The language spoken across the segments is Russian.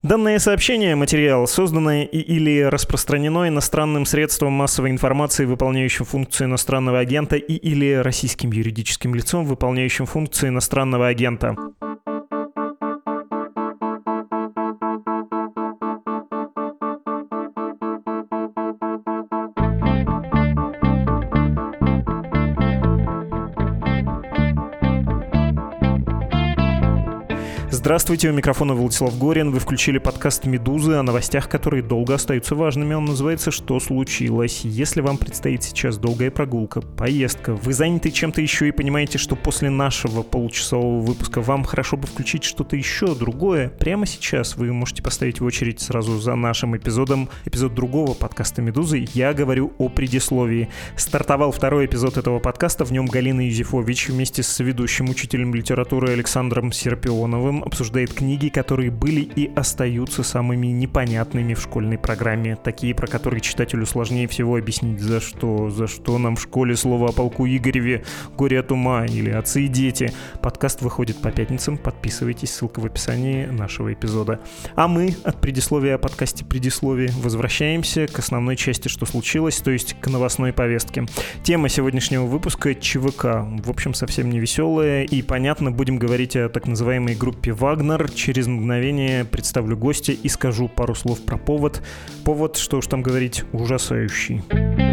Данное сообщение, материал, созданное или распространено иностранным средством массовой информации, выполняющим функцию иностранного агента, или российским юридическим лицом, выполняющим функцию иностранного агента. Здравствуйте, у микрофона Владислав Горин. Вы включили подкаст «Медузы» о новостях, которые долго остаются важными. Он называется «Что случилось?». Если вам предстоит сейчас долгая прогулка, поездка, вы заняты чем-то еще и понимаете, что после нашего получасового выпуска вам хорошо бы включить что-то еще другое, прямо сейчас вы можете поставить в очередь сразу за нашим эпизодом, эпизод другого подкаста «Медузы». Я говорю о предисловии. Стартовал второй эпизод этого подкаста, в нем Галина Юзефович вместе с ведущим учителем литературы Александром Серпионовым обсуждает книги, которые были и остаются самыми непонятными в школьной программе. Такие, про которые читателю сложнее всего объяснить, за что нам в школе слово о полку Игореве, горе от ума или отцы и дети. Подкаст выходит по пятницам, подписывайтесь, ссылка в описании нашего эпизода. А мы от предисловия о подкасте «Предисловие» возвращаемся к основной части «Что случилось?», то есть к новостной повестке. Тема сегодняшнего выпуска — ЧВК. В общем, совсем не веселая, и, понятно, будем говорить о так называемой группе «Вагнер». Через мгновение представлю гостя и скажу пару слов про повод. Повод, что уж там говорить, ужасающий.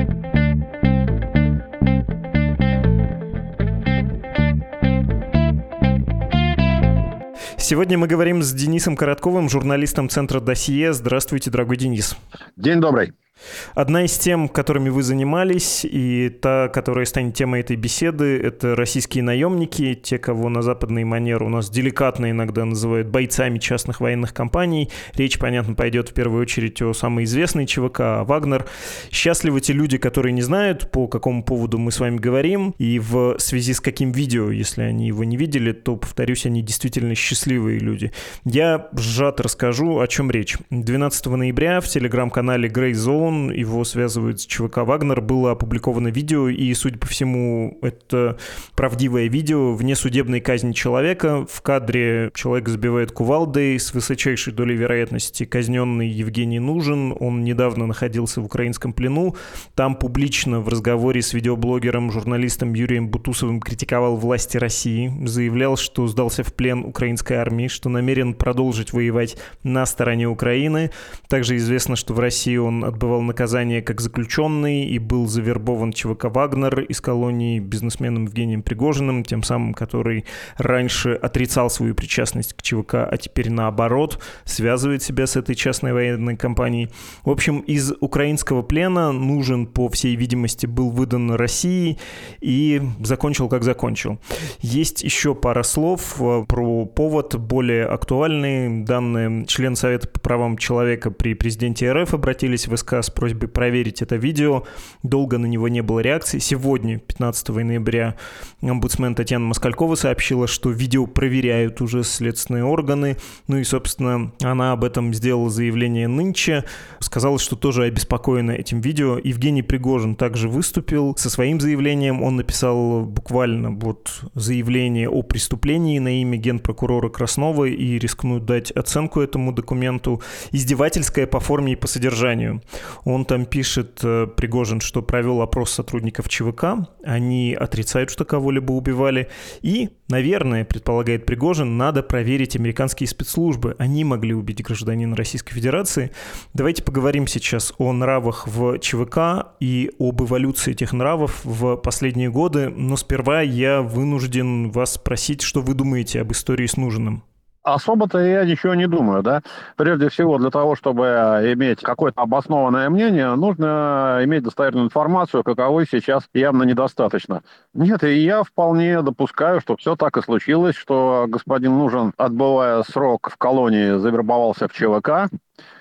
Сегодня мы говорим с Денисом Коротковым, журналистом Центра «Досье». Здравствуйте, дорогой Денис. День добрый. Одна из тем, которыми вы занимались, и та, которая станет темой этой беседы, это российские наемники, те, кого на западный манер у нас деликатно иногда называют бойцами частных военных компаний. Речь, понятно, пойдет в первую очередь о самой известной ЧВК, о «Вагнер». Счастливы те люди, которые не знают, по какому поводу мы с вами говорим, и в связи с каким видео, если они его не видели, то, повторюсь, они действительно счастливые люди. Я сжато расскажу, о чем речь. 12 ноября в телеграм-канале Grey Zone, его связывают с ЧВК «Вагнер», было опубликовано видео, и, судя по всему, это правдивое видео внесудебной казни человека. В кадре человек сбивает кувалдой, с высочайшей долей вероятности казненный Евгений Нужен. Он недавно находился в украинском плену. Там публично в разговоре с видеоблогером, журналистом Юрием Бутусовым критиковал власти России, заявлял, что сдался в плен украинской армии, что намерен продолжить воевать на стороне Украины. Также известно, что в России он отбывал наказание как заключенный и был завербован ЧВК «Вагнер» из колонии бизнесменом Евгением Пригожиным, тем самым, который раньше отрицал свою причастность к ЧВК, а теперь наоборот связывает себя с этой частной военной компанией. В общем, из украинского плена Нужен, по всей видимости, был выдан России и закончил как закончил. Есть еще пара слов про повод, более актуальный. Данные член Совета по правам человека при президенте РФ обратились в СК с просьбой проверить это видео. Долго на него не было реакции. Сегодня, 15 ноября, омбудсмен Татьяна Москалькова сообщила, что видео проверяют уже следственные органы. Ну и, собственно, она об этом сделала заявление нынче. Сказала, что тоже обеспокоена этим видео. Евгений Пригожин также выступил со своим заявлением. Он написал буквально вот заявление о преступлении на имя генпрокурора Краснова и рискну дать оценку этому документу. Издевательское по форме и по содержанию. Он там пишет, Пригожин, что провел опрос сотрудников ЧВК, они отрицают, что кого-либо убивали, и, наверное, предполагает Пригожин, надо проверить американские спецслужбы, они могли убить гражданина Российской Федерации. Давайте поговорим сейчас о нравах в ЧВК и об эволюции этих нравов в последние годы, но сперва я вынужден вас спросить, что вы думаете об истории с Нужиным. Особо-то я ничего не думаю, да. Прежде всего, для того, чтобы иметь какое-то обоснованное мнение, нужно иметь достоверную информацию, каковой сейчас явно недостаточно. Нет, и я вполне допускаю, что все так и случилось, что господин Нужен, отбывая срок в колонии, завербовался в ЧВК.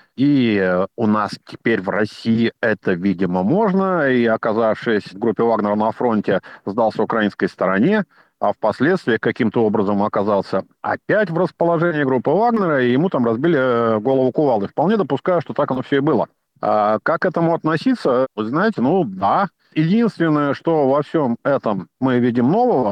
И у нас теперь в России это, видимо, можно. И, оказавшись в группе «Вагнера» на фронте, сдался украинской стороне, а впоследствии каким-то образом оказался опять в расположении группы «Вагнера», и ему там разбили голову кувалдой. Вполне допускаю, что так оно все и было. А как к этому относиться? Вы знаете, да. Единственное, что во всем этом мы видим нового,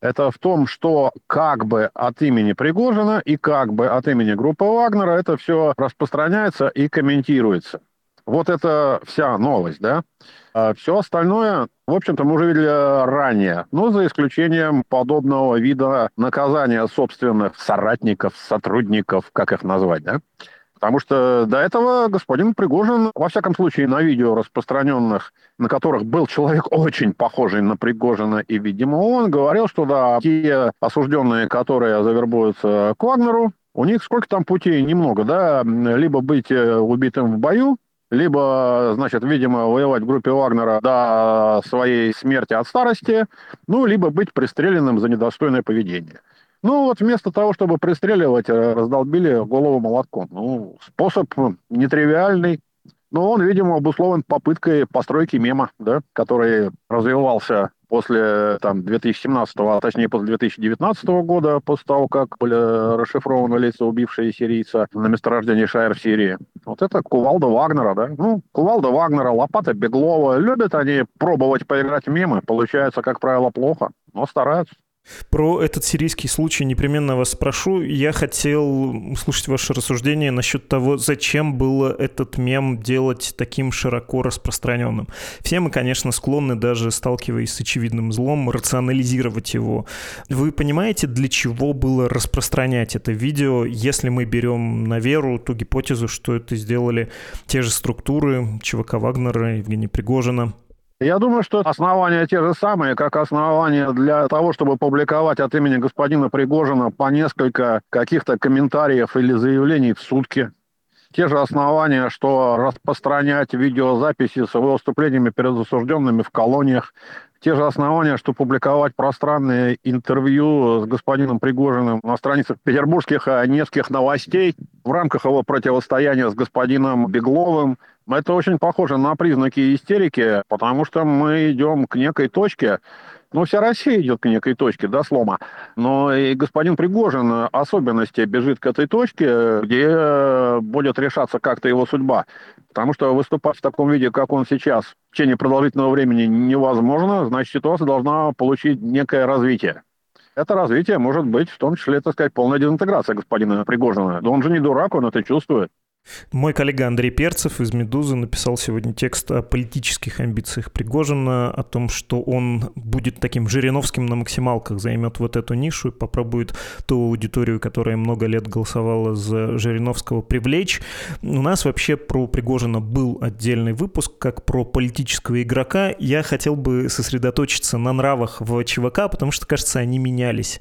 Это в том, что как бы от имени Пригожина и как бы от имени группы Вагнера это все распространяется и комментируется. Вот это вся новость, да? А все остальное, в общем-то, мы уже видели ранее, но за исключением подобного вида наказания собственных соратников, сотрудников, как их назвать, да? Потому что до этого господин Пригожин, во всяком случае, на видео распространенных, на которых был человек очень похожий на Пригожина, и, видимо, он говорил, что да, те осужденные, которые завербуются к Вагнеру, у них сколько там путей? Немного, да? Либо быть убитым в бою, либо, значит, видимо, воевать в группе Вагнера до своей смерти от старости, ну, либо быть пристреленным за недостойное поведение. Ну, вот вместо того, чтобы пристреливать, раздолбили голову молотком. Ну, способ нетривиальный, но он, видимо, обусловлен попыткой постройки мема, да, который развивался после там, 2017, а точнее после 2019 года, после того, как были расшифрованы лица, убившие сирийца на месторождении Шаэр в Сирии. Вот это кувалда Вагнера, да? Ну, кувалда Вагнера, лопата Беглова. Любят они пробовать поиграть в мемы. Получается, как правило, плохо, но стараются. Про этот сирийский случай непременно вас спрошу. Я хотел услышать ваше рассуждение насчет того, зачем было этот мем делать таким широко распространенным. Все мы, конечно, склонны, даже сталкиваясь с очевидным злом, рационализировать его. Вы понимаете, для чего было распространять это видео, если мы берем на веру ту гипотезу, что это сделали те же структуры ЧВК Вагнера, Евгения Пригожина? Я думаю, что основания те же самые, как основания для того, чтобы публиковать от имени господина Пригожина по несколько каких-то комментариев или заявлений в сутки. Те же основания, что распространять видеозаписи с его выступлениями перед осужденными в колониях. Те же основания, что публиковать пространные интервью с господином Пригожиным на страницах петербургских Невских новостей в рамках его противостояния с господином Бегловым. Это очень похоже на признаки истерики, потому что мы идем к некой точке, ну, вся Россия идет к некой точке, до слома. Но и господин Пригожин особенности бежит к этой точке, где будет решаться как-то его судьба. Потому что выступать в таком виде, как он сейчас, в течение продолжительного времени невозможно, значит, ситуация должна получить некое развитие. Это развитие может быть, в том числе, так сказать, полная дезинтеграция господина Пригожина. Да он же не дурак, он это чувствует. Мой коллега Андрей Перцев из «Медузы» написал сегодня текст о политических амбициях Пригожина, о том, что он будет таким Жириновским на максималках, займет вот эту нишу и попробует ту аудиторию, которая много лет голосовала за Жириновского, привлечь. У нас вообще про Пригожина был отдельный выпуск, как про политического игрока. Я хотел бы сосредоточиться на нравах в ЧВК, потому что, кажется, они менялись.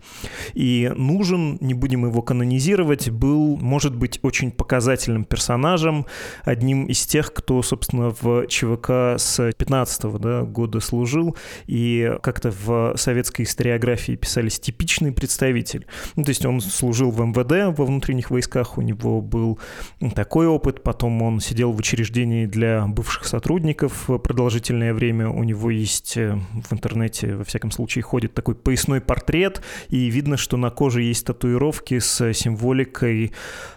И Нужен, не будем его канонизировать, был, может быть, очень показательным персонажем, одним из тех, кто, собственно, в ЧВК с 15-го года служил, и как-то в советской историографии писались типичный представитель. Ну, то есть он служил в МВД, во внутренних войсках, у него был такой опыт, потом он сидел в учреждении для бывших сотрудников продолжительное время, у него есть в интернете, во всяком случае, ходит такой поясной портрет, и видно, что на коже есть татуировки с символикой,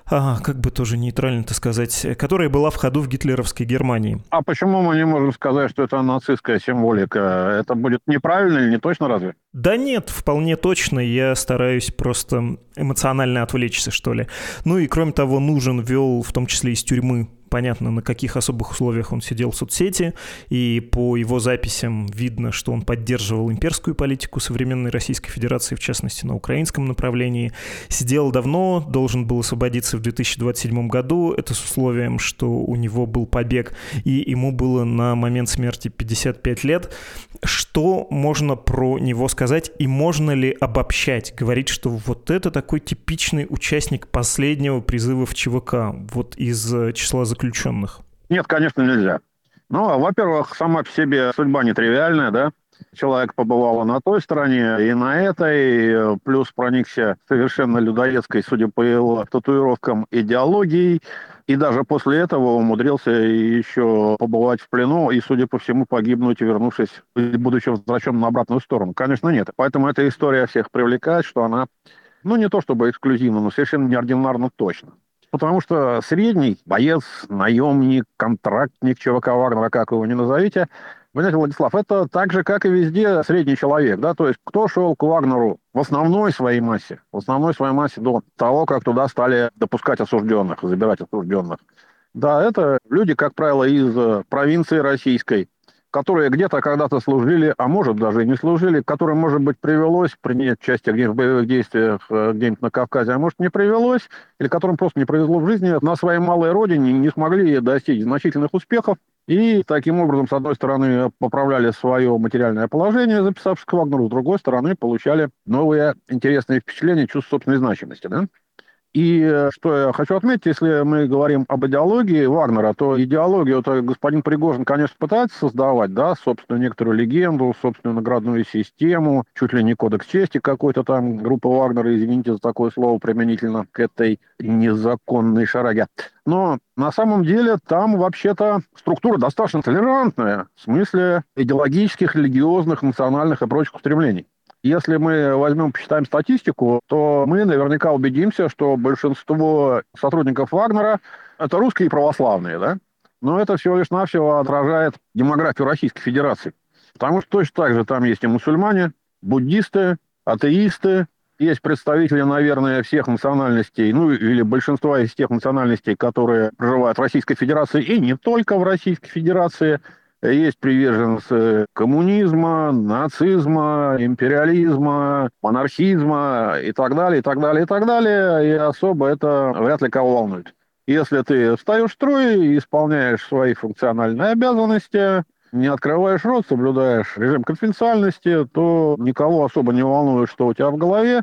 как бы тоже нейтрально сказать, которая была в ходу в гитлеровской Германии. А почему мы не можем сказать, что это нацистская символика? Это будет неправильно или не точно разве? Да нет, вполне точно. Я стараюсь просто эмоционально отвлечься, что ли. Ну и кроме того, Нужен вел в том числе из тюрьмы. Понятно, на каких особых условиях он сидел в соцсети, и по его записям видно, что он поддерживал имперскую политику современной Российской Федерации, в частности, на украинском направлении. Сидел давно, должен был освободиться в 2027 году. Это с условием, что у него был побег, и ему было на момент смерти 55 лет. Что можно про него сказать, и можно ли обобщать? Говорить, что вот это такой типичный участник последнего призыва в ЧВК, вот из числа заключенных? Нет, конечно, нельзя. Ну, во-первых, сама по себе судьба нетривиальная, да. Человек побывал на той стороне и на этой, плюс проникся совершенно людоедской, судя по его татуировкам, идеологией, и даже после этого умудрился еще побывать в плену и, судя по всему, погибнуть, вернувшись, будучи возвращен на обратную сторону. Конечно, нет. Поэтому эта история всех привлекает, что она, ну, не то чтобы эксклюзивна, но совершенно неординарно точно. Потому что средний боец, наемник, контрактник ЧВК Вагнера, как его ни назовите, Понимаете, Владислав, это так же, как и везде средний человек, да, то есть кто шел к Вагнеру в основной своей массе до того, как туда стали допускать осужденных, забирать осужденных. Да, это люди, как правило, из провинции российской, которые где-то когда-то служили, а может даже и не служили, которым, может быть, привелось принять участие где-нибудь в боевых действиях где-нибудь на Кавказе, а может, не привелось, или которым просто не повезло в жизни, на своей малой родине не смогли достичь значительных успехов, и таким образом, с одной стороны, поправляли свое материальное положение, записавшись к Вагнеру, с другой стороны, получали новые интересные впечатления, чувство собственной значимости, да? И что я хочу отметить, если мы говорим об идеологии Вагнера, то идеологию это господин Пригожин, конечно, пытается создавать, да, собственную некоторую легенду, собственную наградную систему, чуть ли не кодекс чести какой-то там группы Вагнера, извините за такое слово применительно к этой незаконной шараге. Но на самом деле там вообще-то структура достаточно толерантная в смысле идеологических, религиозных, национальных и прочих устремлений. Если мы возьмем, посчитаем статистику, то мы наверняка убедимся, что большинство сотрудников Вагнера – это русские и православные, да? Но это всего лишь навсего отражает демографию Российской Федерации. Потому что точно так же там есть и мусульмане, буддисты, атеисты, есть представители, наверное, всех национальностей, ну или большинства из тех национальностей, которые проживают в Российской Федерации, и не только в Российской Федерации. Есть приверженцы коммунизма, нацизма, империализма, монархизма и так далее, и так далее, и так далее. И особо это вряд ли кого волнует. Если ты встаешь в строй и исполняешь свои функциональные обязанности, не открываешь рот, соблюдаешь режим конфиденциальности, то никого особо не волнует, что у тебя в голове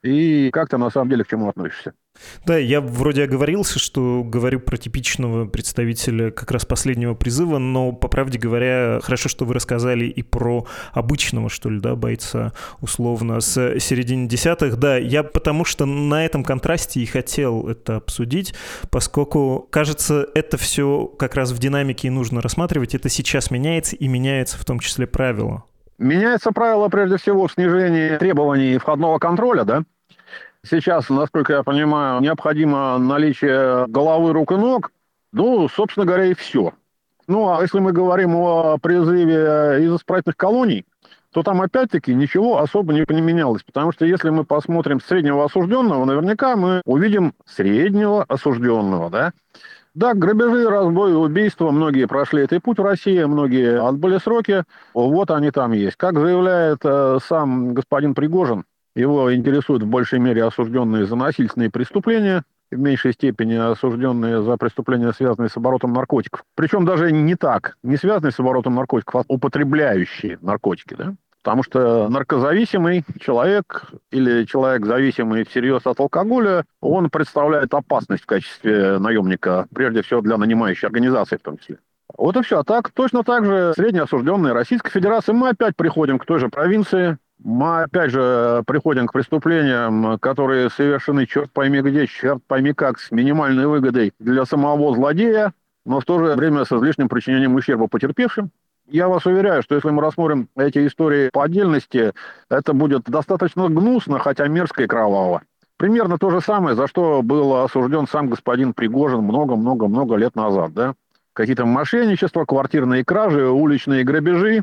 и как ты на самом деле к чему относишься. Да, я вроде оговорился, что говорю про типичного представителя как раз последнего призыва, но, по правде говоря, хорошо, что вы рассказали и про обычного, что ли, да, бойца, условно, с середины десятых. Да, я потому что на этом контрасте и хотел это обсудить, поскольку, кажется, это все как раз в динамике и нужно рассматривать. Это сейчас меняется, и меняется в том числе правило. Меняется правило, прежде всего, в снижении требований входного контроля, да? Сейчас, насколько я понимаю, необходимо наличие головы, рук и ног. Ну, собственно говоря, и все. Ну, а если мы говорим о призыве из исправительных колоний, то там опять-таки ничего особо не поменялось. Потому что если мы посмотрим среднего осужденного, наверняка мы увидим среднего осужденного, да? Да, грабежи, разбои, убийства, многие прошли этот путь в России, многие отбыли сроки, вот они там есть. Как заявляет сам господин Пригожин, его интересуют в большей мере осужденные за насильственные преступления, в меньшей степени осужденные за преступления, связанные с оборотом наркотиков. Причем даже не так, не связанные с оборотом наркотиков, а употребляющие наркотики, да? Потому что наркозависимый человек или человек, зависимый всерьез от алкоголя, он представляет опасность в качестве наемника, прежде всего для нанимающей организации в том числе. Вот и все. А так, точно так же среднеосужденные Российской Федерации. Мы опять приходим к той же провинции, мы опять же приходим к преступлениям, которые совершены черт пойми где, черт пойми как, с минимальной выгодой для самого злодея, но в то же время с излишним причинением ущерба потерпевшим. Я вас уверяю, что если мы рассмотрим эти истории по отдельности, это будет достаточно гнусно, хотя мерзко и кроваво. Примерно то же самое, за что был осужден сам господин Пригожин много-много-много лет назад. Да? Какие-то мошенничества, квартирные кражи, уличные грабежи.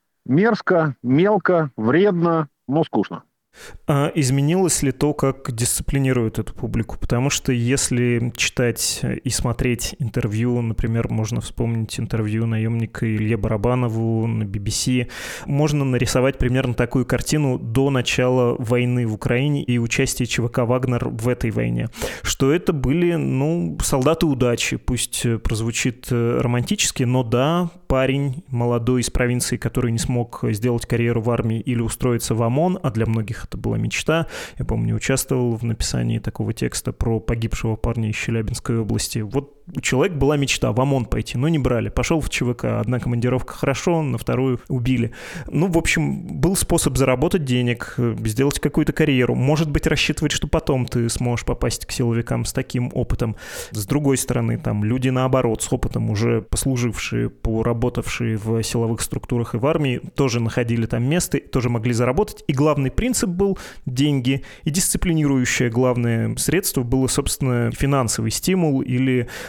Мерзко, мелко, вредно, но скучно. А изменилось ли то, как дисциплинируют эту публику? Потому что если читать и смотреть интервью, например, можно вспомнить интервью наемника Илье Барабанову на BBC, можно нарисовать примерно такую картину до начала войны в Украине и участия ЧВК «Вагнер» в этой войне. Что это были, солдаты удачи, пусть прозвучит романтически, но да, парень молодой из провинции, который не смог сделать карьеру в армии или устроиться в ОМОН, а для многих это была мечта. Я помню, участвовал в написании такого текста про погибшего парня из Челябинской области. Вот у человека была мечта в ОМОН пойти, но не брали. Пошел в ЧВК. Одна командировка хорошо, на вторую убили. В общем, был способ заработать денег, сделать какую-то карьеру. Может быть, рассчитывать, что потом ты сможешь попасть к силовикам с таким опытом. С другой стороны, там люди наоборот, с опытом, уже послужившие, поработавшие в силовых структурах и в армии, тоже находили там место, тоже могли заработать. И главный принцип был деньги. И дисциплинирующее главное средство было, собственно, финансовый стимул или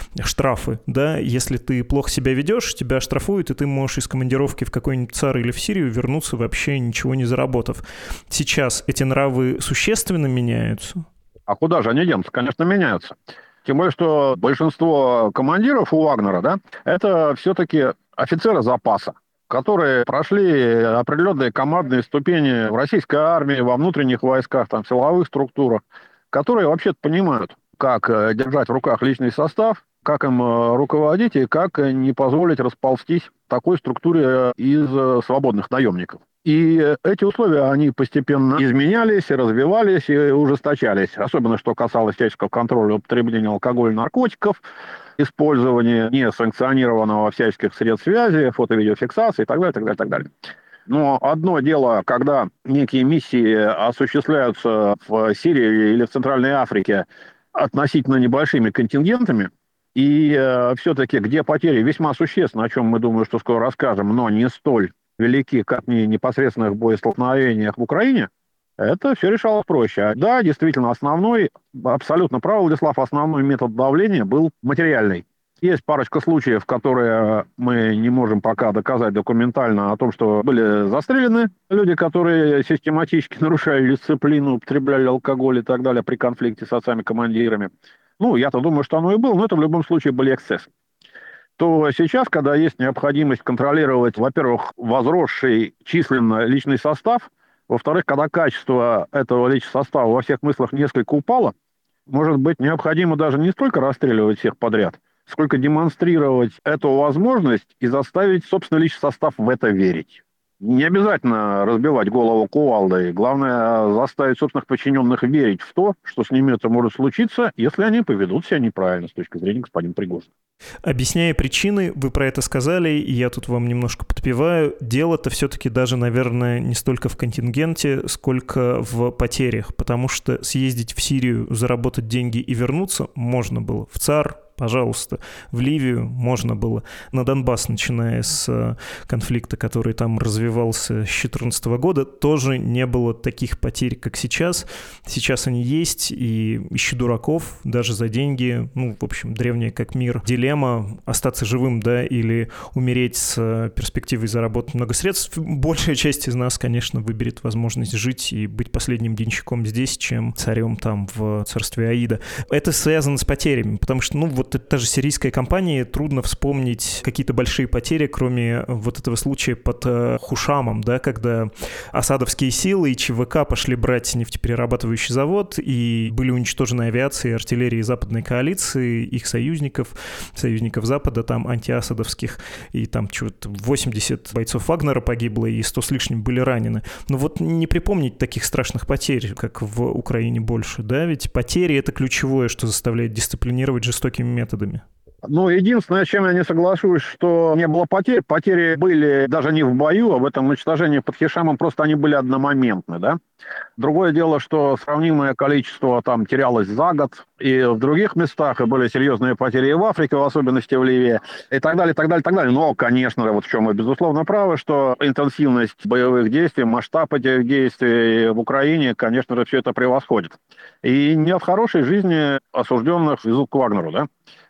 штрафы, да, если ты плохо себя ведешь, тебя штрафуют, и ты можешь из командировки в какой-нибудь ЦАР или в Сирию вернуться вообще ничего не заработав. Сейчас эти нравы существенно меняются? А куда же они денутся? Конечно, меняются. Тем более, что большинство командиров у Вагнера, да, это все-таки офицеры запаса, которые прошли определенные командные ступени в российской армии, во внутренних войсках, там, в силовых структурах, которые вообще-то понимают, как держать в руках личный состав, как им руководить и как не позволить расползтись такой структуре из свободных наемников. И эти условия, они постепенно изменялись, развивались и ужесточались. Особенно, что касалось всяческого контроля употребления алкоголя и наркотиков, использования несанкционированного всяческих средств связи, фото-видеофиксации и так далее, так далее, так далее. Но одно дело, когда некие миссии осуществляются в Сирии или в Центральной Африке относительно небольшими контингентами, и все-таки где потери весьма существенны, о чем мы, думаю, что скоро расскажем, но не столь велики, как в непосредственных боестолкновениях в Украине, это все решалось проще. Да, действительно, основной, абсолютно прав, Владислав, основной метод давления был материальный. Есть парочка случаев, которые мы не можем пока доказать документально, о том, что были застрелены люди, которые систематически нарушали дисциплину, употребляли алкоголь и так далее при конфликте с отцами-командирами. Ну, я-то думаю, что оно и было, но это в любом случае были эксцессы. То сейчас, когда есть необходимость контролировать, во-первых, возросший численно личный состав, во-вторых, когда качество этого личного состава во всех смыслах несколько упало, может быть, необходимо даже не столько расстреливать всех подряд, сколько демонстрировать эту возможность и заставить, собственно, личный состав в это верить. Не обязательно разбивать голову кувалдой. Главное, заставить собственных подчиненных верить в то, что с ними это может случиться, если они поведут себя неправильно с точки зрения господина Пригожина. Объясняя причины, вы про это сказали, и я тут вам немножко подпеваю. Дело-то все-таки даже, наверное, не столько в контингенте, сколько в потерях, потому что съездить в Сирию, заработать деньги и вернуться можно было. В ЦАР, пожалуйста, в Ливию можно было. На Донбасс, начиная с конфликта, который там развивался с 2014 года, тоже не было таких потерь, как сейчас. Сейчас они есть, и ищу дураков даже за деньги. Ну, в общем, древняя как мир дилемма: остаться живым, да, или умереть с перспективой заработать много средств. Большая часть из нас, конечно, выберет возможность жить и быть последним денщиком здесь, чем царем там в царстве Аида. Это связано с потерями, потому что, ну, вот та же сирийская кампания, трудно вспомнить какие-то большие потери, кроме вот этого случая под Хушамом, да, когда асадовские силы и ЧВК пошли брать нефтеперерабатывающий завод, и были уничтожены авиации и артиллерии западной коалиции, их союзников Запада, там, антиасадовских, и там что-то 80 бойцов Вагнера погибло, и 100 с лишним были ранены. Но вот не припомнить таких страшных потерь, как в Украине, больше, да, ведь потери — это ключевое, что заставляет дисциплинировать жестокими методами. Ну, единственное, с чем я не соглашусь, что не было потерь. Потери были даже не в бою, а в этом уничтожении под Хишамом, просто они были одномоментны, да. Другое дело, что сравнимое количество там терялось за год, и в других местах, и были серьезные потери и в Африке, в особенности в Ливии, и так далее, так далее, так далее. Но, конечно, вот в чем вы безусловно правы, что интенсивность боевых действий, масштаб этих действий в Украине, конечно же, все это превосходит. И не от хорошей жизни осужденных везут к Вагнеру, да,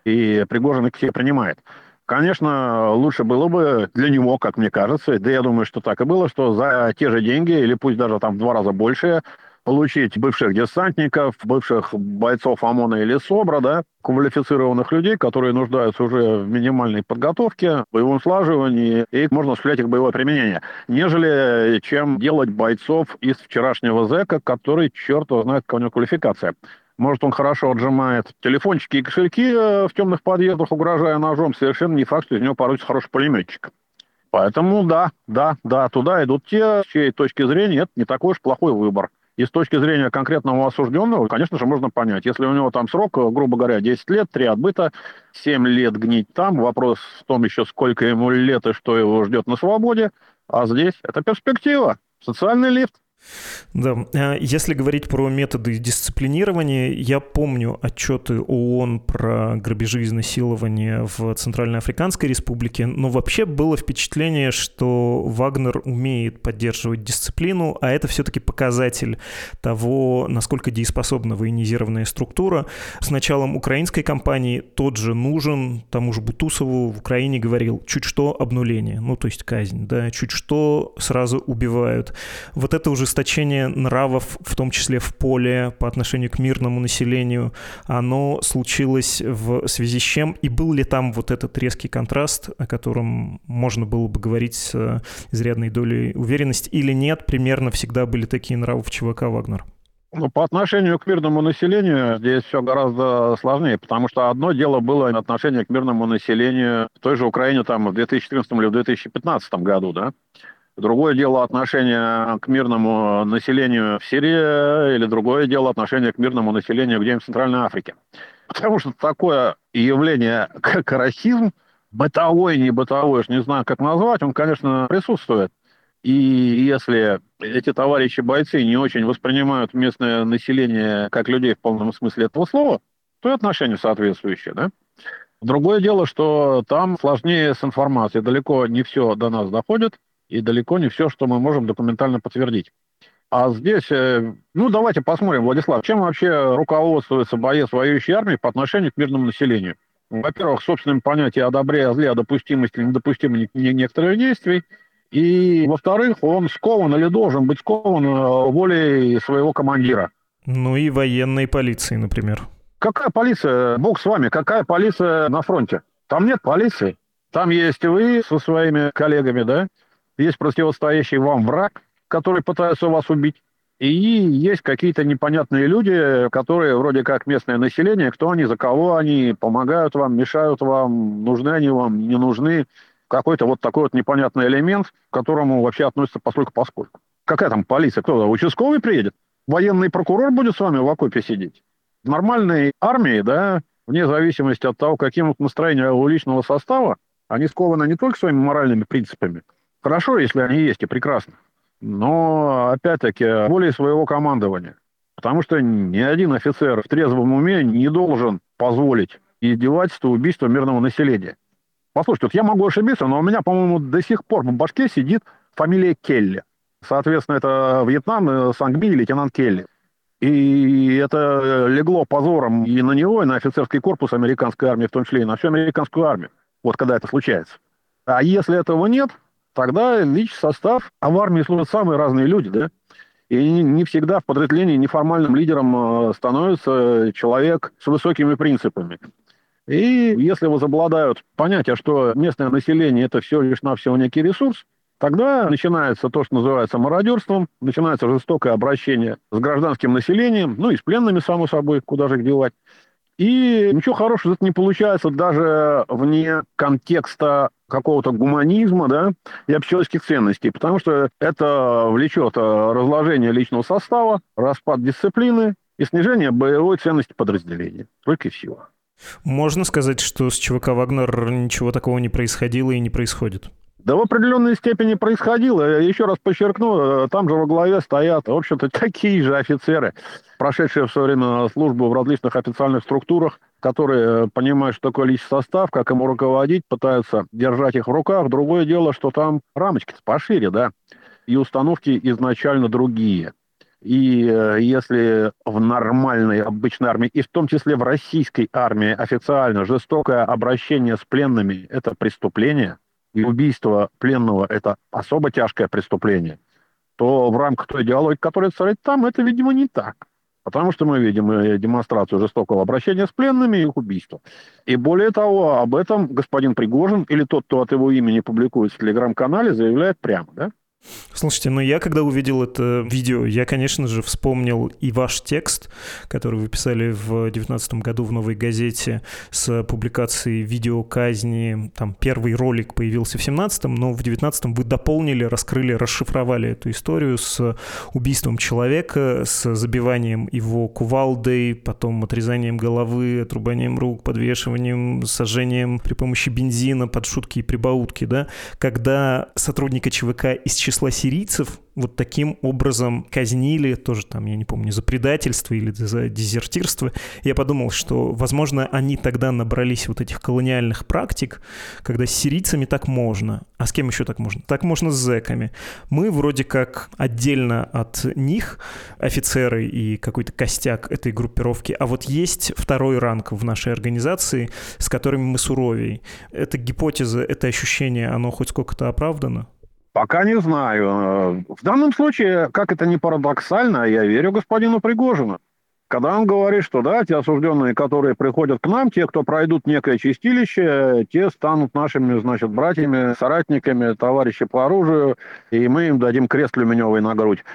и Пригожин их все принимает. Конечно, лучше было бы для него, как мне кажется, да я думаю, что так и было, что за те же деньги, или пусть даже там в 2 раза больше, получить бывших десантников, бывших бойцов ОМОНа или СОБРа, да, квалифицированных людей, которые нуждаются уже в минимальной подготовке, боевом слаживании, и можно осуществлять их боевое применение, нежели чем делать бойцов из вчерашнего зэка, который черт его знает, какая у него квалификация. Может, он хорошо отжимает телефончики и кошельки в темных подъездах, угрожая ножом. Совершенно не факт, что из него получится хороший пулеметчик. Поэтому да, туда идут те, с чьей точки зрения это не такой уж плохой выбор. И с точки зрения конкретного осужденного, конечно же, можно понять. Если у него там срок, грубо говоря, 10 лет, 3 отбыта, 7 лет гнить там, вопрос в том еще, сколько ему лет и что его ждет на свободе. А здесь это перспектива, социальный лифт. Да, если говорить про методы дисциплинирования, я помню отчеты ООН про грабежи и изнасилования в Центральноафриканской Республике, но вообще было впечатление, что Вагнер умеет поддерживать дисциплину, а это все-таки показатель того, насколько дееспособна военизированная структура. С началом украинской кампании тот же Нужен, тому же Бутусову в Украине говорил: чуть что обнуление, ну то есть казнь, да, чуть что сразу убивают. Вот это ужесточение нравов, в том числе в поле, по отношению к мирному населению, оно случилось в связи с чем? И был ли там вот этот резкий контраст, о котором можно было бы говорить с изрядной долей уверенности, или нет, примерно всегда были такие нравы в ЧВК «Вагнер»? Ну, по отношению к мирному населению здесь все гораздо сложнее, потому что одно дело было отношение к мирному населению в той же Украине там в 2014 или в 2015 году, да? Другое дело отношение к мирному населению в Сирии, или другое дело отношение к мирному населению где-нибудь в Центральной Африке. Потому что такое явление, как расизм, бытовой, не бытовой, уж не знаю, как назвать, он, конечно, присутствует. И если эти товарищи-бойцы не очень воспринимают местное население как людей в полном смысле этого слова, то и отношения соответствующие, да? Другое дело, что там сложнее с информацией. Далеко не все до нас доходит, и далеко не все, что мы можем документально подтвердить. А здесь, ну, давайте посмотрим, Владислав, чем вообще руководствуется боец воюющей армии по отношению к мирному населению? Во-первых, собственным понятием о добре, о зле, о допустимости или недопустимости некоторых действий. И, во-вторых, он скован или должен быть скован волей своего командира. Ну и военной полиции, например. Какая полиция? Бог с вами. Какая полиция на фронте? Там нет полиции. Там есть вы со своими коллегами, да? Есть противостоящий вам враг, который пытается вас убить. И есть какие-то непонятные люди, которые вроде как местное население, кто они, за кого они, помогают вам, мешают вам, нужны они вам, не нужны. Какой-то вот такой вот непонятный элемент, к которому вообще относится поскольку. Какая там полиция? Кто? Участковый приедет? Военный прокурор будет с вами в окопе сидеть? В нормальной армии, да, вне зависимости от того, каким вот настроением у личного состава, они скованы не только своими моральными принципами. Хорошо, если они есть, и прекрасно. Но, опять-таки, волей своего командования. Потому что ни один офицер в трезвом уме не должен позволить издевательство, убийство мирного населения. Послушайте, вот я могу ошибиться, но у меня, по-моему, до сих пор в башке сидит фамилия Келли. Соответственно, это Вьетнам, Сангби, лейтенант Келли. И это легло позором и на него, и на офицерский корпус американской армии, в том числе и на всю американскую армию. Вот когда это случается. А если этого нет, тогда личный состав, а в армии служат самые разные люди, да? И не всегда в подразделении неформальным лидером становится человек с высокими принципами. И если возобладают понятие, что местное население – это все лишь навсего некий ресурс, тогда начинается то, что называется мародерством, начинается жестокое обращение с гражданским населением, ну и с пленными, само собой, куда же их девать. И ничего хорошего это не получается даже вне контекста какого-то гуманизма, да, и общечеловеческих ценностей, потому что это влечет разложение личного состава, распад дисциплины и снижение боевой ценности подразделения. Только и всего. Можно сказать, что с ЧВК «Вагнер» ничего такого не происходило и не происходит? Да в определенной степени происходило. Еще раз подчеркну, там же во главе стоят, в общем-то, такие же офицеры, прошедшие в свое время службу в различных официальных структурах, которые понимают, что такое личный состав, как ему руководить, пытаются держать их в руках. Другое дело, что там рамочки-то пошире, да, и установки изначально другие. И если в нормальной обычной армии, и в том числе в российской армии официально жестокое обращение с пленными – это преступление, и убийство пленного – это особо тяжкое преступление, то в рамках той идеологии, которая царит там, это, видимо, не так. Потому что мы видим демонстрацию жестокого обращения с пленными и их убийства. И более того, об этом господин Пригожин или тот, кто от его имени публикует в Телеграм-канале, заявляет прямо, да? Слушайте, ну я когда увидел это видео, я, конечно же, вспомнил и ваш текст, который вы писали в 2019 году в «Новой газете» с публикацией видео казни. Там первый ролик появился в 2017, но в 2019 вы дополнили, раскрыли, расшифровали эту историю с убийством человека, с забиванием его кувалдой, потом отрезанием головы, отрубанием рук, подвешиванием, сожжением при помощи бензина под шутки и прибаутки, да? Когда сотрудника ЧВК исчезли числа сирийцев вот таким образом казнили, тоже там, я не помню, за предательство или за дезертирство. Я подумал, что, возможно, они тогда набрались вот этих колониальных практик, когда с сирийцами так можно. А с кем еще так можно? Так можно с зэками. Мы вроде как отдельно от них, офицеры и какой-то костяк этой группировки, а вот есть второй ранг в нашей организации, с которыми мы суровее. Эта гипотеза, это ощущение, оно хоть сколько-то оправдано? Пока не знаю. В данном случае, как это ни парадоксально, я верю господину Пригожину. Когда он говорит, что да, те осужденные, которые приходят к нам, те, кто пройдут некое чистилище, те станут нашими, значит, братьями, соратниками, товарищи по оружию, и мы им дадим крест люминевый на грудь.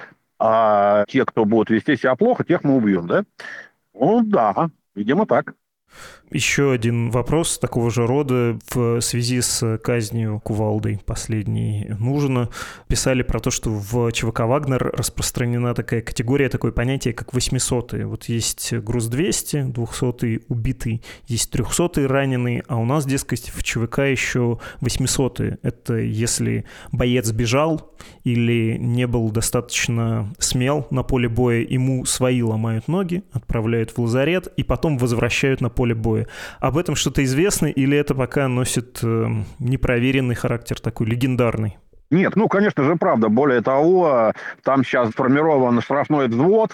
А те, кто будут вести себя плохо, тех мы убьем, да? Ну да, видимо так. Еще один вопрос такого же рода в связи с казнью кувалдой последней Нужина. Писали про то, что в ЧВК «Вагнер» распространена такая категория, такое понятие, как 800-е. Вот есть груз-200, 200-й убитый, есть 300-й раненый, а у нас, дескать, в ЧВК еще 800-е. Это если боец бежал или не был достаточно смел на поле боя, ему свои ломают ноги, отправляют в лазарет и потом возвращают на поле боя. Об этом что-то известно или это пока носит непроверенный характер, такой легендарный? Нет, ну, конечно же, правда. Более того, там сейчас сформирован штрафной взвод.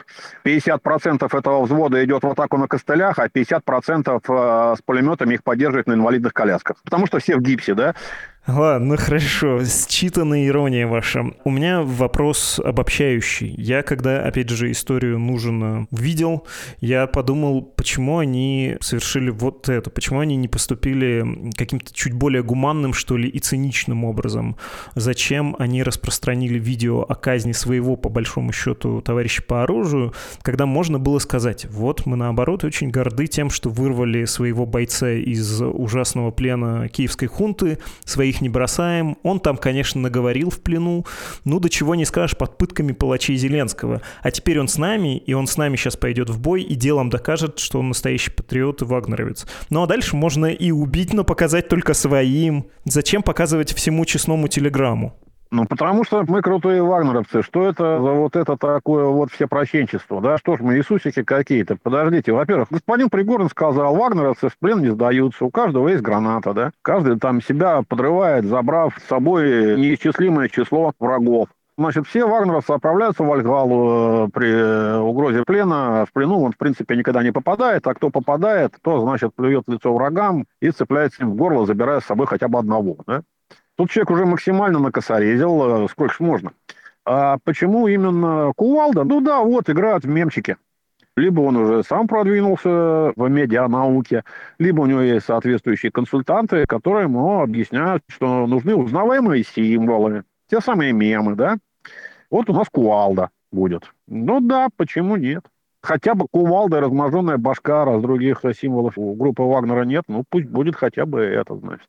50% этого взвода идет в атаку на костылях, а 50% с пулеметами их поддерживает на инвалидных колясках. Потому что все в гипсе, да? Ладно, хорошо. Считанная ирония ваша. У меня вопрос обобщающий. Я, когда, опять же, историю Нужина видел, я подумал, почему они совершили вот это, почему они не поступили каким-то чуть более гуманным, что ли, и циничным образом. Зачем они распространили видео о казни своего, по большому счету, товарища по оружию, когда можно было сказать, вот мы, наоборот, очень горды тем, что вырвали своего бойца из ужасного плена киевской хунты, своих не бросаем. Он там, конечно, наговорил в плену. Ну, до чего не скажешь, под пытками палачей Зеленского. А теперь он с нами, и он с нами сейчас пойдет в бой и делом докажет, что он настоящий патриот и вагнеровец. Ну, а дальше можно и убить, но показать только своим. Зачем показывать всему честному телеграмму? Ну, потому что мы крутые вагнеровцы. Что это за вот это такое вот всепрощенчество, да? Что ж мы, Иисусики какие-то? Подождите. Во-первых, господин Пригожин сказал, вагнеровцы в плен не сдаются. У каждого есть граната, да? Каждый там себя подрывает, забрав с собой неисчислимое число врагов. Значит, все вагнеровцы отправляются в Вальгаллу при угрозе плена. В плену он, в принципе, никогда не попадает. А кто попадает, то, значит, плюет в лицо врагам и цепляется им в горло, забирая с собой хотя бы одного, да? Тут человек уже максимально накосорезил, сколько ж можно. А почему именно кувалда? Ну да, вот, играют в мемчики. Либо он уже сам продвинулся в медианауке, либо у него есть соответствующие консультанты, которые ему объясняют, что нужны узнаваемые символы. Те самые мемы, да? Вот у нас кувалда будет. Ну да, почему нет? Хотя бы кувалда и разможенная башка, раз других символов у группы Вагнера нет, ну пусть будет хотя бы это, значит.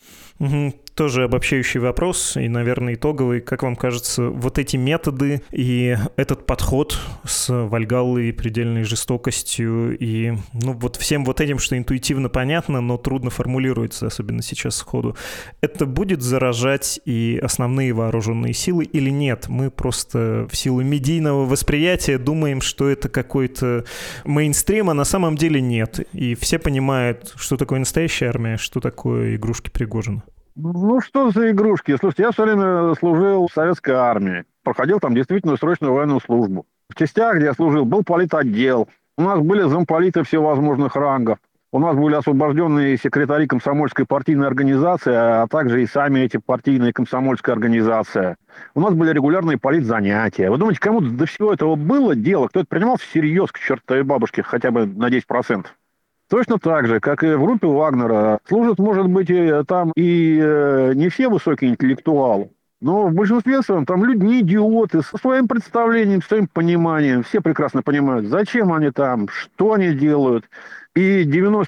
Угу. Тоже обобщающий вопрос и, наверное, итоговый. Как вам кажется, вот эти методы и этот подход с Вальгаллой и предельной жестокостью и, ну, вот всем вот этим, что интуитивно понятно, но трудно формулируется, особенно сейчас сходу, это будет заражать и основные вооруженные силы или нет? Мы просто в силу медийного восприятия думаем, что это какой-то мейнстрим, а на самом деле нет. И все понимают, что такое настоящая армия, что такое игрушки Пригожина. Ну, что за игрушки? Слушайте, я все время служил в советской армии. Проходил там действительно срочную военную службу. В частях, где я служил, был политотдел. У нас были замполиты всевозможных рангов. У нас были освобожденные секретари комсомольской партийной организации, а также и сами эти партийные комсомольская организация. У нас были регулярные политзанятия. Вы думаете, кому до всего этого было дело? Кто это принимал всерьез к чертовой бабушке хотя бы на 10%? Точно так же, как и в группе Вагнера, служат, может быть, там и не все высокие интеллектуалы, но в большинстве своем там люди не идиоты, со своим представлением, своим пониманием. Все прекрасно понимают, зачем они там, что они делают. И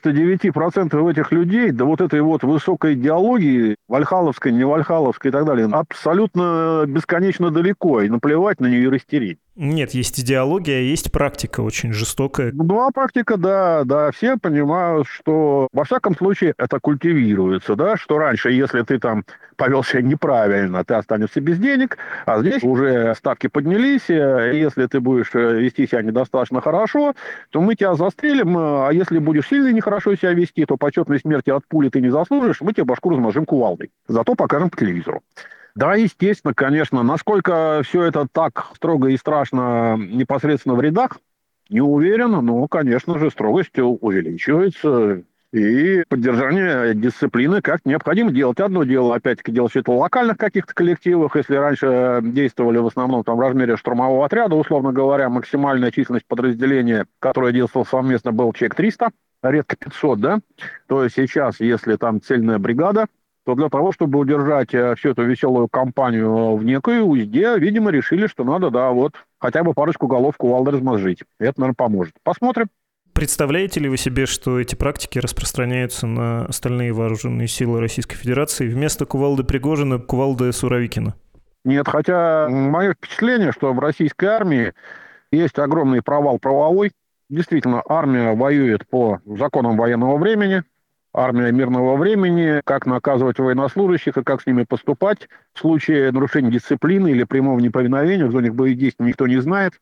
99% этих людей, да вот этой вот высокой идеологии, вальхаловской, не вальхаловской и так далее, абсолютно бесконечно далеко, и наплевать на нее и растереть. Нет, есть идеология, а есть практика очень жестокая. Ну, а практика, да, все понимают, что во всяком случае это культивируется, да, что раньше, если ты там повел себя неправильно, ты останешься без денег, а здесь уже ставки поднялись, и если ты будешь вести себя недостаточно хорошо, то мы тебя застрелим, а если будешь сильно нехорошо себя вести, то почетной смерти от пули ты не заслужишь, мы тебе башку размажем кувалдой. Зато покажем по телевизору. Да, естественно, конечно. Насколько все это так строго и страшно непосредственно в рядах, не уверен, но, конечно же, строгость увеличивается. И поддержание дисциплины как необходимо делать. Одно дело, опять-таки, делать все это в локальных каких-то коллективах. Если раньше действовали в основном там, в размере штурмового отряда, условно говоря, максимальная численность подразделения, которое действовало совместно, был человек 300, редко 500, да, то сейчас, если там цельная бригада, то для того, чтобы удержать всю эту веселую компанию в некой узде, видимо, решили, что надо, да, вот, хотя бы парочку голов кувалды размозжить. Это, наверное, поможет. Посмотрим. Представляете ли вы себе, что эти практики распространяются на остальные вооруженные силы Российской Федерации? Вместо кувалды Пригожина — кувалды Суровикина? Нет, хотя мое впечатление, что в российской армии есть огромный провал правовой. Действительно, армия воюет по законам военного времени, армия мирного времени, как наказывать военнослужащих и как с ними поступать в случае нарушения дисциплины или прямого неповиновения в зоне боевых действий никто не знает.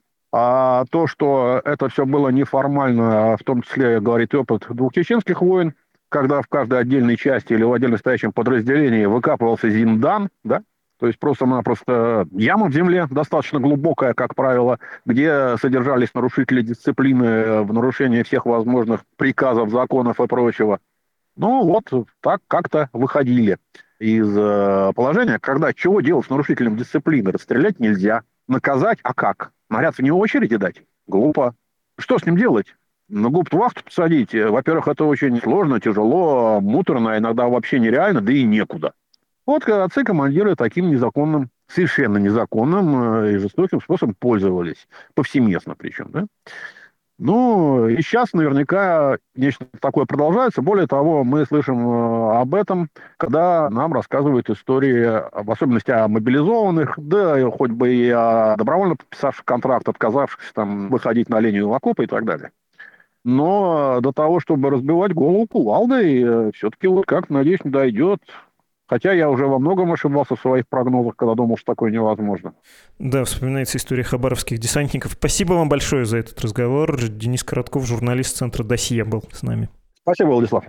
А то, что это все было неформально, в том числе, говорит опыт двух чеченских войн, когда в каждой отдельной части или в отдельно стоящем подразделении выкапывался зиндан, да, то есть просто-напросто яма в земле, достаточно глубокая, как правило, где содержались нарушители дисциплины в нарушении всех возможных приказов, законов и прочего. Ну, вот так как-то выходили из положения, когда чего делать с нарушителем дисциплины? Расстрелять нельзя. Наказать? А как? Наряд вне очереди дать? Глупо. Что с ним делать? На гауптвахту посадить? Во-первых, это очень сложно, тяжело, муторно, иногда вообще нереально, да и некуда. Вот отцы-командиры таким незаконным, совершенно незаконным и жестоким способом пользовались. Повсеместно причем, да? Ну, и сейчас наверняка нечто такое продолжается. Более того, мы слышим об этом, когда нам рассказывают истории, в особенности о мобилизованных, да хоть бы и о добровольно подписавших контракт, отказавшихся там выходить на линию окопа и так далее. Но до того, чтобы разбивать голову кувалдой, все-таки вот как, надеюсь, не дойдет. Хотя я уже во многом ошибался в своих прогнозах, когда думал, что такое невозможно. Да, вспоминается история хабаровских десантников. Спасибо вам большое за этот разговор. Денис Коротков, журналист Центра «Досье», был с нами. Спасибо, Владислав.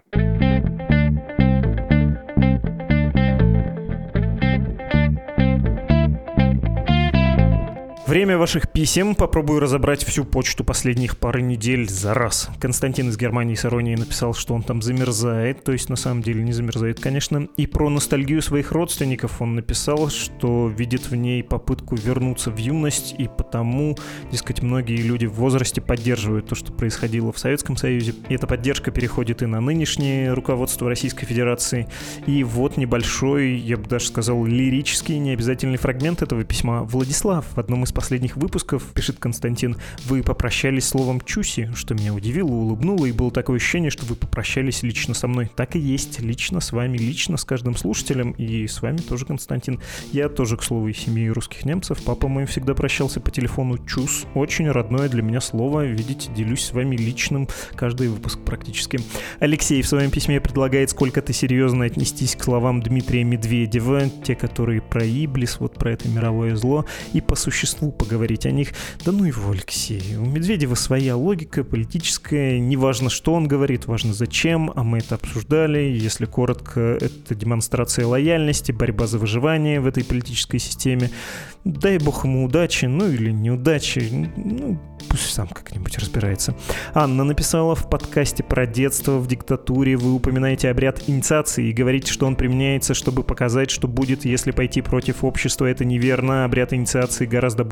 Время ваших писем. Попробую разобрать всю почту последних пары недель за раз. Константин из Германии с иронией написал, что он там замерзает. То есть, на самом деле, не замерзает, конечно. И про ностальгию своих родственников он написал, что видит в ней попытку вернуться в юность. И потому, дескать, многие люди в возрасте поддерживают то, что происходило в Советском Союзе. И эта поддержка переходит и на нынешнее руководство Российской Федерации. И вот небольшой, я бы даже сказал, лирический, необязательный фрагмент этого письма. Владислав в одном из последних выпусков, пишет Константин, вы попрощались словом «чуси», что меня удивило, улыбнуло, и было такое ощущение, что вы попрощались лично со мной. Так и есть, лично с вами, лично с каждым слушателем, и с вами тоже, Константин. Я тоже, к слову, из семьи русских немцев. Папа мой всегда прощался по телефону «чус». Очень родное для меня слово. Видите, делюсь с вами личным каждый выпуск практически. Алексей в своем письме предлагает сколько-то серьезно отнестись к словам Дмитрия Медведева, те, которые про Иблис, вот про это мировое зло, и по существу поговорить о них. Да ну его, Алексей. У Медведева своя логика политическая. Не важно, что он говорит, важно зачем, а мы это обсуждали. Если коротко, это демонстрация лояльности, борьба за выживание в этой политической системе. Дай бог ему удачи, ну или неудачи. Ну, пусть сам как-нибудь разбирается. Анна написала в подкасте про детство в диктатуре. Вы упоминаете обряд инициации и говорите, что он применяется, чтобы показать, что будет, если пойти против общества. Это неверно. Обряд инициации гораздо более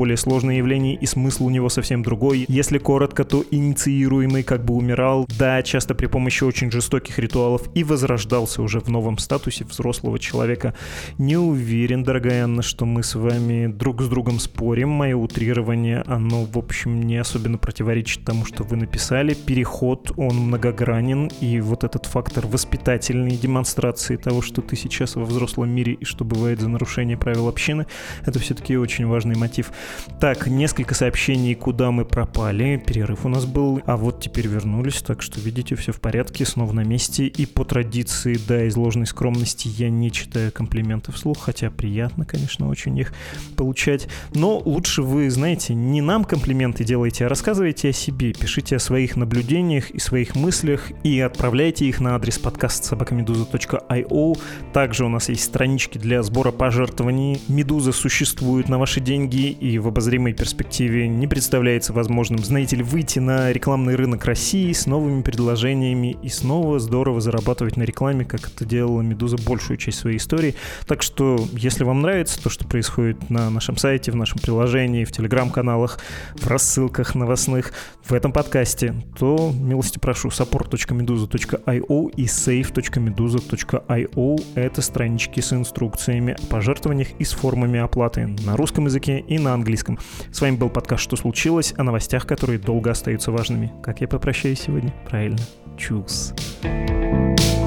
более сложное явление, и смысл у него совсем другой. Если коротко, то инициируемый как бы умирал, да, часто при помощи очень жестоких ритуалов, и возрождался уже в новом статусе взрослого человека. Не уверен, дорогая Анна, что мы с вами друг с другом спорим. Мое утрирование, оно, в общем, не особенно противоречит тому, что вы написали. Переход, он многогранен, и вот этот фактор воспитательной демонстрации того, что ты сейчас во взрослом мире и что бывает за нарушение правил общины, это все-таки очень важный мотив. Так, несколько сообщений, куда мы пропали. Перерыв у нас был, а вот теперь вернулись, так что, видите, все в порядке, снова на месте. И по традиции, да, из ложной скромности я не читаю комплименты вслух, хотя приятно, конечно, очень их получать. Но лучше вы, знаете, не нам комплименты делайте, а рассказывайте о себе, пишите о своих наблюдениях и своих мыслях и отправляйте их на адрес подкаст @meduza.io. Также у нас есть странички для сбора пожертвований. Медуза существует на ваши деньги и в обозримой перспективе не представляется возможным, знаете ли, выйти на рекламный рынок России с новыми предложениями и снова здорово зарабатывать на рекламе, как это делала Медуза большую часть своей истории. Так что, если вам нравится то, что происходит на нашем сайте, в нашем приложении, в телеграм-каналах, в рассылках новостных, в этом подкасте, то милости прошу, support.meduza.io и save.meduza.io — это странички с инструкциями о пожертвованиях и с формами оплаты на русском языке и на английском. С вами был подкаст «Что случилось?», о новостях, которые долго остаются важными. Как я попрощаюсь сегодня? Правильно. Чус.